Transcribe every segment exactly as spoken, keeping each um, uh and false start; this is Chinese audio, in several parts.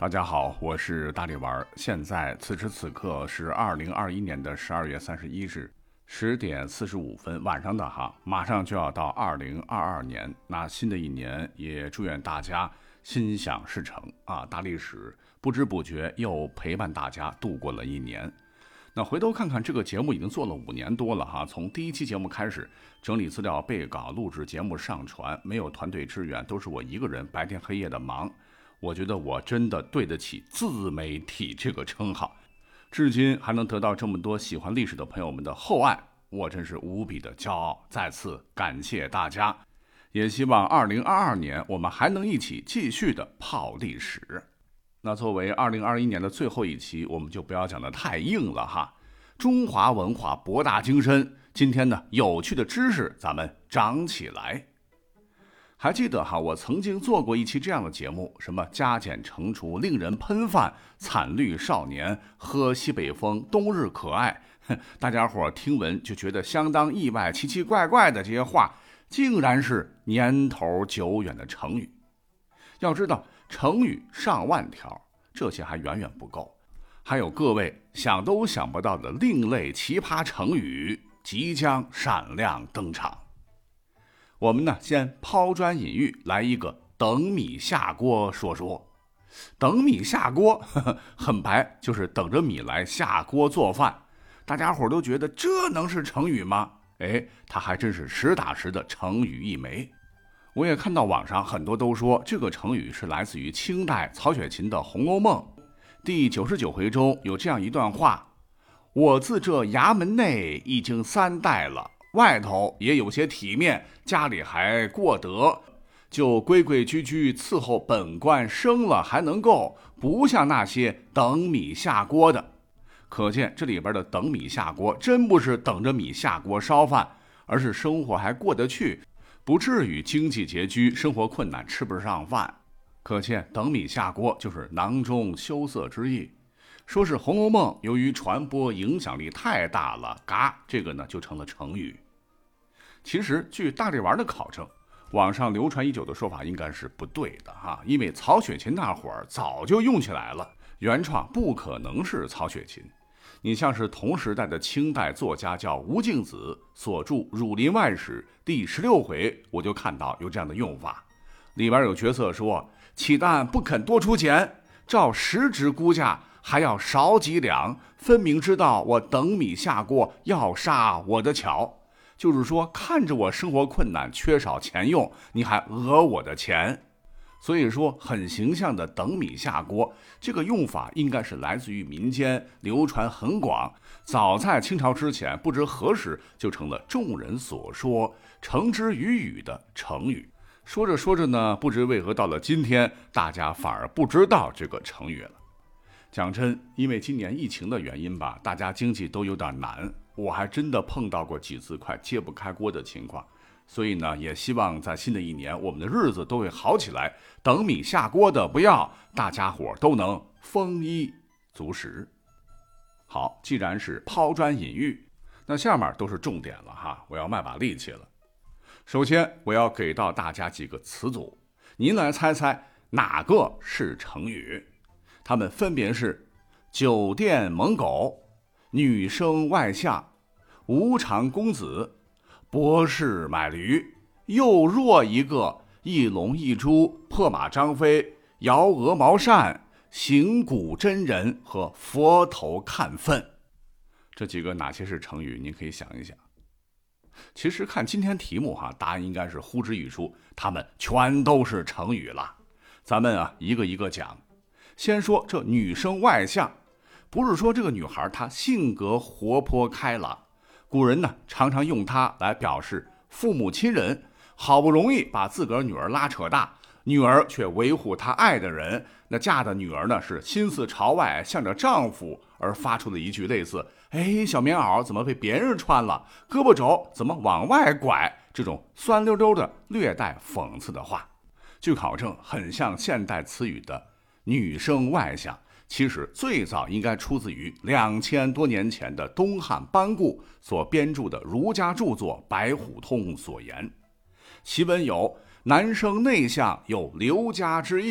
大家好，我是大力丸。现在此时此刻是二零二一年的十二月三十一日十点四十五分晚上的哈，马上就要到二零二二年，那新的一年也祝愿大家心想事成啊！大历史不知不觉又陪伴大家度过了一年。那回头看看这个节目已经做了五年多了哈，从第一期节目开始整理资料、备稿、录制节目、上传，没有团队支援，都是我一个人白天黑夜的忙。我觉得我真的对得起自媒体这个称号，至今还能得到这么多喜欢历史的朋友们的厚爱，我真是无比的骄傲。再次感谢大家，也希望二零二二年我们还能一起继续的泡历史。那作为二零二一年的最后一期，我们就不要讲得太硬了哈。中华文化博大精深，今天呢有趣的知识咱们长起来。还记得哈，我曾经做过一期这样的节目，什么加减乘除令人喷饭，惨绿少年喝西北风，冬日可爱，大家伙听闻就觉得相当意外，奇奇怪怪的这些话竟然是年头久远的成语。要知道成语上万条，这些还远远不够，还有各位想都想不到的另类奇葩成语即将闪亮登场。我们呢，先抛砖引玉，来一个等米下锅说说。等米下锅，呵呵，很白，就是等着米来下锅做饭。大家伙都觉得这能是成语吗？哎，它还真是实打实的成语一枚。我也看到网上很多都说这个成语是来自于清代曹雪芹的《红楼梦》第九十九回中有这样一段话：我自这衙门内已经三代了，外头也有些体面，家里还过得，就规规矩矩伺候本官生了还能够，不像那些等米下锅的。可见这里边的等米下锅真不是等着米下锅烧饭，而是生活还过得去，不至于经济拮据，生活困难，吃不上饭。可见等米下锅就是囊中羞涩之意。说是《红楼梦》由于传播影响力太大了，嘎，这个呢就成了成语。其实据大力丸的考证，网上流传已久的说法应该是不对的哈，因为曹雪芹那会儿早就用起来了，原创不可能是曹雪芹。你像是同时代的清代作家叫吴敬梓所著《儒林外史》第十六回，我就看到有这样的用法，里边有角色说，契丹不肯多出钱，照实值估价还要少几两，分明知道我等米下锅要杀我的巧。就是说看着我生活困难缺少钱用，你还讹我的钱。所以说很形象的等米下锅这个用法应该是来自于民间，流传很广，早在清朝之前不知何时就成了众人所说成之于语的成语。说着说着呢，不知为何到了今天大家反而不知道这个成语了。讲真，因为今年疫情的原因吧，大家经济都有点难，我还真的碰到过几次快揭不开锅的情况，所以呢，也希望在新的一年我们的日子都会好起来，等米下锅的不要，大家伙都能丰衣足食。好，既然是抛砖引玉，那下面都是重点了哈，我要卖把力气了。首先我要给到大家几个词组，您来猜猜哪个是成语。它们分别是酒店猛狗、女生外向、无常公子、博士买驴，又若一个一龙一猪、破马张飞、摇鹅毛扇、行古真人和佛头看粪。这几个哪些是成语？您可以想一想。其实看今天题目哈，答案应该是呼之欲出，它们全都是成语了。咱们啊一个一个讲。先说这女生外向，不是说这个女孩她性格活泼开朗，古人呢常常用它来表示父母亲人好不容易把自个儿女儿拉扯大，女儿却维护她爱的人，那嫁的女儿呢是心思朝外，向着丈夫而发出的一句类似哎，小棉袄怎么被别人穿了，胳膊肘怎么往外拐，这种酸溜溜的略带讽刺的话。据考证很像现代词语的女生外向，其实最早应该出自于两千多年前的东汉班固所编著的儒家著作《白虎通》所言。其文有男生内向有刘家之意，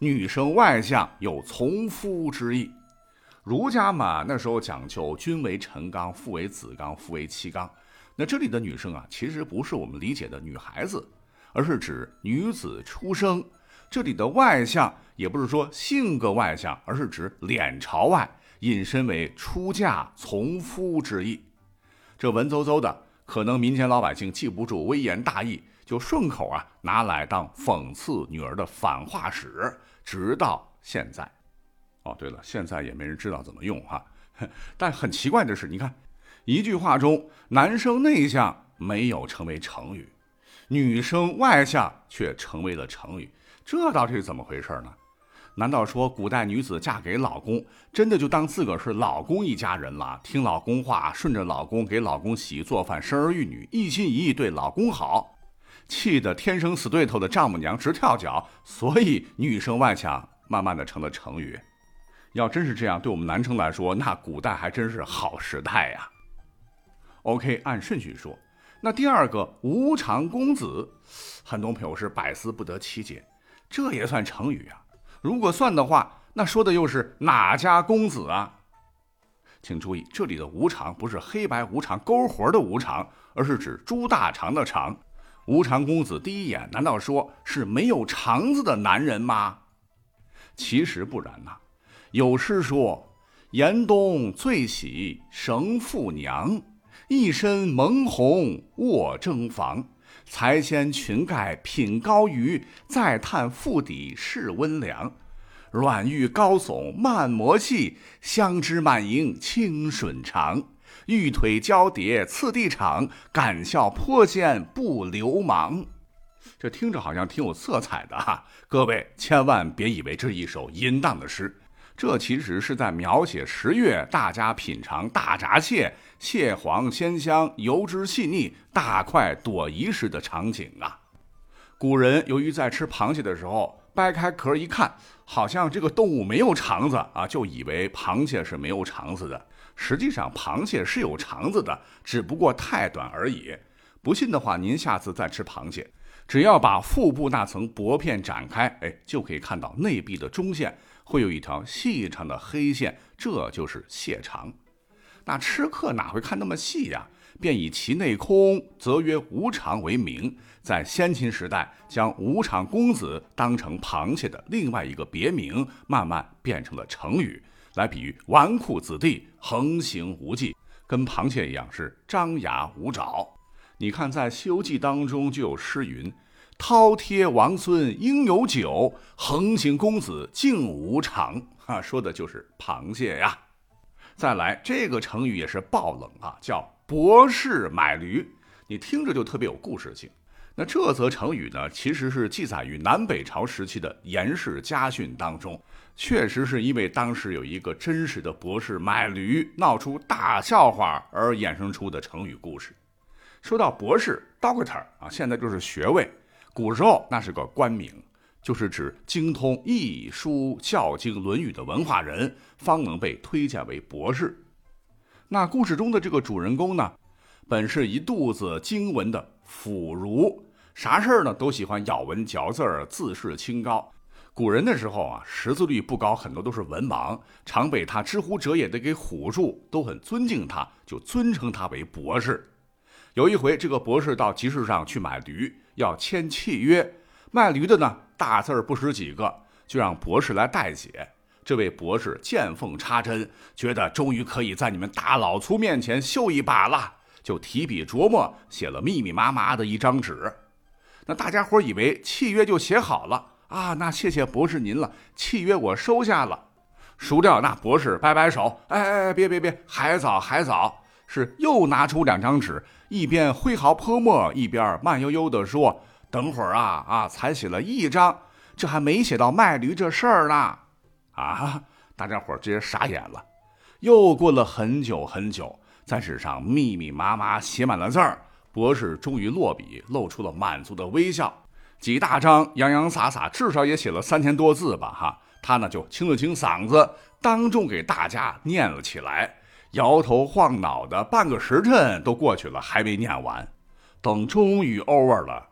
女生外向有从夫之意。儒家嘛，那时候讲究君为臣纲，父为子纲，夫为妻纲。那这里的女生啊，其实不是我们理解的女孩子，而是指女子出生。这里的外向也不是说性格外向，而是指脸朝外，引申为出嫁从夫之意。这文绉绉的，可能民间老百姓记不住微言大义，就顺口啊拿来当讽刺女儿的反话使，直到现在。哦，对了，现在也没人知道怎么用哈。但很奇怪的是，你看一句话中，男生内向没有成为成语，女生外向却成为了成语，这到底是怎么回事呢？难道说古代女子嫁给老公，真的就当自个儿是老公一家人了，听老公话，顺着老公，给老公洗衣做饭，生儿育女，一心一意对老公好，气得天生死对头的丈母娘直跳脚，所以女生外向慢慢的成了成语。要真是这样，对我们男生来说，那古代还真是好时代呀。OK， 按顺序说，那第二个无常公子，很多朋友是百思不得其解，这也算成语啊？如果算的话，那说的又是哪家公子啊？请注意，这里的无常不是黑白无常勾活的无常，而是指猪大肠的肠。无常公子第一眼难道说是没有肠子的男人吗？其实不然呐、啊。有诗说，严冬最喜绳妇娘，一身蒙红卧征房，才先裙盖品高鱼，再探腹底试温凉。软玉高耸慢磨细，香枝满盈清吮长。玉腿交叠次第长，敢笑颇嫌不流氓。这听着好像挺有色彩的哈，各位千万别以为这是一首淫荡的诗，这其实是在描写十月大家品尝大闸蟹，蟹黄鲜香，油脂细腻，大快朵颐时的场景啊。古人由于在吃螃蟹的时候掰开壳一看，好像这个动物没有肠子啊，就以为螃蟹是没有肠子的。实际上螃蟹是有肠子的，只不过太短而已。不信的话，您下次再吃螃蟹，只要把腹部那层薄片展开，哎，就可以看到内壁的中线会有一条细长的黑线，这就是蟹肠。那吃客哪会看那么细呀、啊？便以其内空，则曰无常为名。在先秦时代，将无常公子当成螃蟹的另外一个别名，慢慢变成了成语，来比喻纨绔子弟横行无忌，跟螃蟹一样是张牙舞爪。你看在《西游记》当中就有诗云，饕餮王孙应有酒，横行公子竟无常、啊、说的就是螃蟹呀。再来，这个成语也是爆冷啊，叫博士买驴，你听着就特别有故事性。那这则成语呢，其实是记载于南北朝时期的严氏家训当中，确实是因为当时有一个真实的博士买驴闹出大笑话而衍生出的成语故事。说到博士 Doctor 啊，现在就是学位，古时候那是个官名，就是指精通易书孝经论语的文化人方能被推荐为博士。那故事中的这个主人公呢，本是一肚子经文的腐儒，啥事儿呢都喜欢咬文嚼字儿，自视清高。古人的时候啊，识字率不高，很多都是文盲，常被他知乎者也的给唬住，都很尊敬他，就尊称他为博士。有一回，这个博士到集市上去买驴，要签契约，卖驴的呢大字儿不识几个，就让博士来代写。这位博士见缝插针，觉得终于可以在你们大老粗面前秀一把了，就提笔琢磨，写了密密麻麻的一张纸。那大家伙以为契约就写好了啊，那谢谢博士您了，契约我收下了。孰料那博士摆摆手，哎哎，别别别，还早还早，是又拿出两张纸，一边挥毫泼墨，一边慢悠悠地说，等会儿啊啊，才写了一张，这还没写到卖驴这事儿呢。啊！大家伙直接傻眼了。又过了很久很久，在纸上密密麻麻写满了字儿，博士终于落笔，露出了满足的微笑。几大张洋洋洒洒，至少也写了三千多字吧哈。他呢就清了清嗓子，当众给大家念了起来，摇头晃脑的半个时辰都过去了，还没念完。等终于 over 了，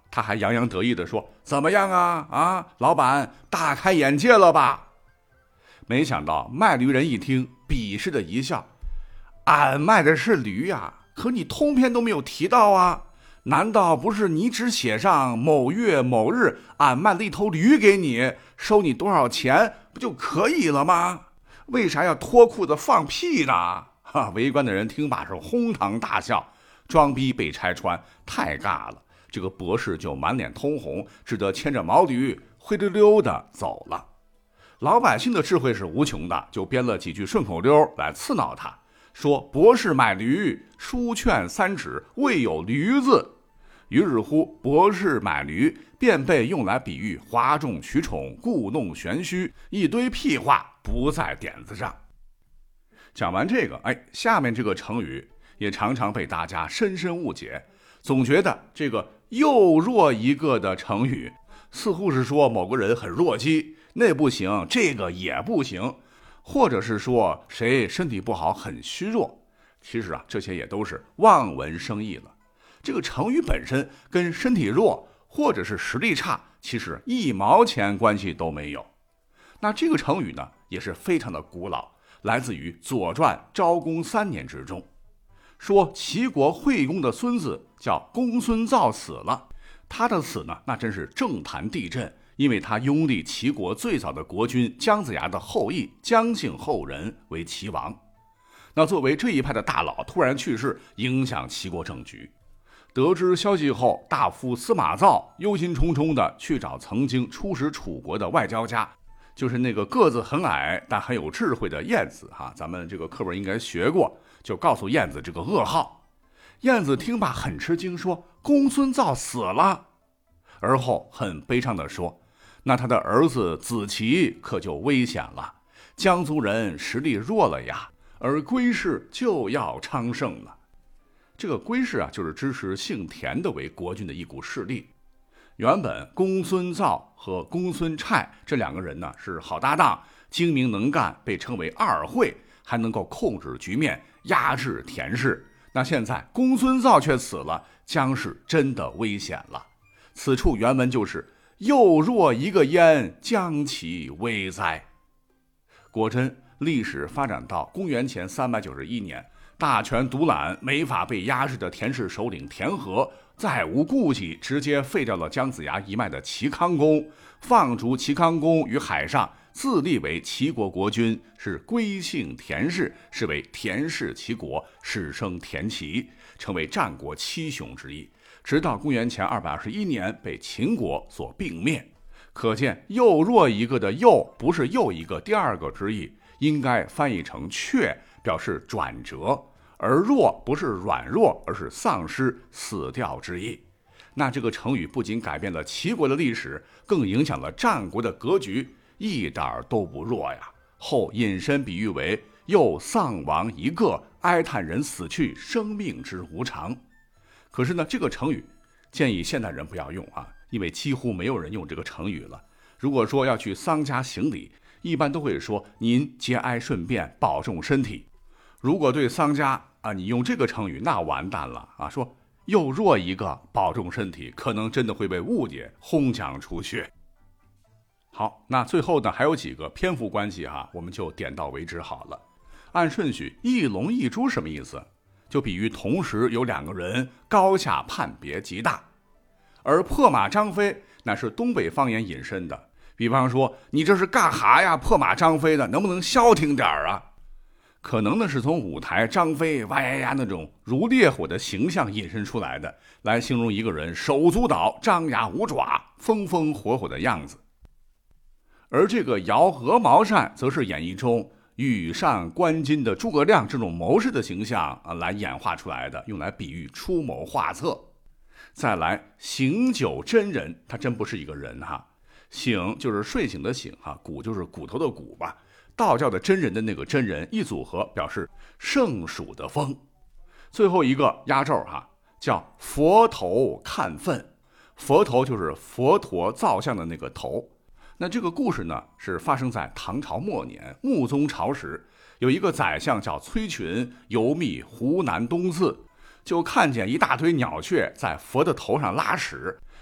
他还洋洋得意地说：“怎么样啊？啊，老板大开眼界了吧？”没想到卖驴人一听，鄙视的一笑：“俺卖的是驴呀，可你通篇都没有提到啊！难道不是你只写上某月某日俺卖了一头驴给你，收你多少钱不就可以了吗？为啥要脱裤子放屁呢？”哈，围观的人听罢是哄堂大笑，装逼被拆穿，太尬了。这个博士就满脸通红，只得牵着毛驴灰溜溜的走了。老百姓的智慧是无穷的，就编了几句顺口溜来刺挠他，说博士买驴，书劝三尺未有驴字。于是乎，博士买驴便被用来比喻哗众取宠、故弄玄虚，一堆屁话不在点子上。讲完这个，哎，下面这个成语也常常被大家深深误解，总觉得这个又弱一个的成语似乎是说某个人很弱鸡，那不行，这个也不行，或者是说谁身体不好很虚弱。其实啊，这些也都是望文生义了。这个成语本身跟身体弱或者是实力差其实一毛钱关系都没有。那这个成语呢也是非常的古老，来自于《左传》昭公三年之中，说齐国惠公的孙子叫公孙瓒死了。他的死呢，那真是政坛地震，因为他拥立齐国最早的国君姜子牙的后裔姜姓后人为齐王。那作为这一派的大佬突然去世，影响齐国政局。得知消息后，大夫司马造忧心忡忡地去找曾经出使楚国的外交家，就是那个个子很矮但很有智慧的晏子哈，咱们这个课本应该学过，就告诉晏子这个噩耗。晏子听罢很吃惊，说公孙瓒死了。而后很悲伤地说，那他的儿子子奇可就危险了，姜族人实力弱了呀，而归氏就要昌盛了。这个归氏啊，就是支持姓田的为国君的一股势力。原本公孙瓒和公孙瓒这两个人呢是好搭档，精明能干，被称为二会，还能够控制局面，压制田氏。那现在公孙瓒却死了，姜氏真的危险了。此处原文就是又若一个焉，将其危哉。果真，历史发展到公元前三百九十一年，大权独揽、没法被压制的田氏首领田和再无顾忌，直接废掉了姜子牙一脉的齐康公，放逐齐康公于海上，自立为齐国国君，是归姓田氏，是为田氏齐国，史称田齐，成为战国七雄之一。直到公元前二百二十一年被秦国所并灭。可见又弱一个的又不是又一个第二个之意，应该翻译成却，表示转折，而弱不是软弱，而是丧失死掉之意。那这个成语不仅改变了齐国的历史，更影响了战国的格局，一点都不弱呀。后引申比喻为又丧亡一个，哀叹人死去，生命之无常。可是呢，这个成语建议现代人不要用啊，因为几乎没有人用这个成语了。如果说要去丧家行礼，一般都会说您节哀顺变，保重身体。如果对丧家啊，你用这个成语，那完蛋了啊！说又弱一个，保重身体，可能真的会被误解，轰将出血。好，那最后呢，还有几个篇幅关系哈，我们就点到为止好了。按顺序，一龙一猪什么意思？就比喻同时有两个人，高下判别极大。而破马张飞那是东北方言引申的，比方说你这是干哈呀，破马张飞的，能不能消停点啊？可能呢是从舞台张飞哇呀呀那种如烈火的形象引申出来的，来形容一个人手足蹈、张牙舞爪、风风火火的样子。而这个摇鹅毛扇则是演绎中羽扇纶巾的诸葛亮这种谋士的形象啊来演化出来的，用来比喻出谋划策。再来醒酒真人，他真不是一个人哈，醒就是睡醒的醒哈，骨就是骨头的骨吧。道教的真人的那个真人一组合，表示盛暑的风。最后一个压轴哈，叫佛头看粪。佛头就是佛陀造像的那个头。那这个故事呢，是发生在唐朝末年穆宗朝时，有一个宰相叫崔群，游历湖南东寺，就看见一大堆鸟雀在佛的头上拉屎，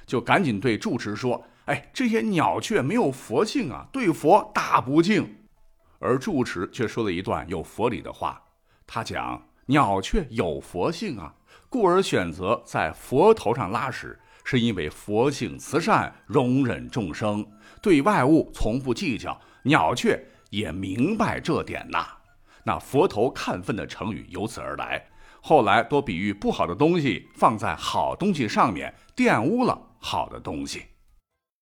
就赶紧对住持说：哎，这些鸟雀没有佛性啊，对佛大不敬。而住持却说了一段有佛理的话，他讲鸟雀有佛性啊，故而选择在佛头上拉屎，是因为佛性慈善，容忍众生，对外物从不计较，鸟雀也明白这点呐。那佛头看粪的成语由此而来，后来多比喻不好的东西放在好东西上面，玷污了好的东西。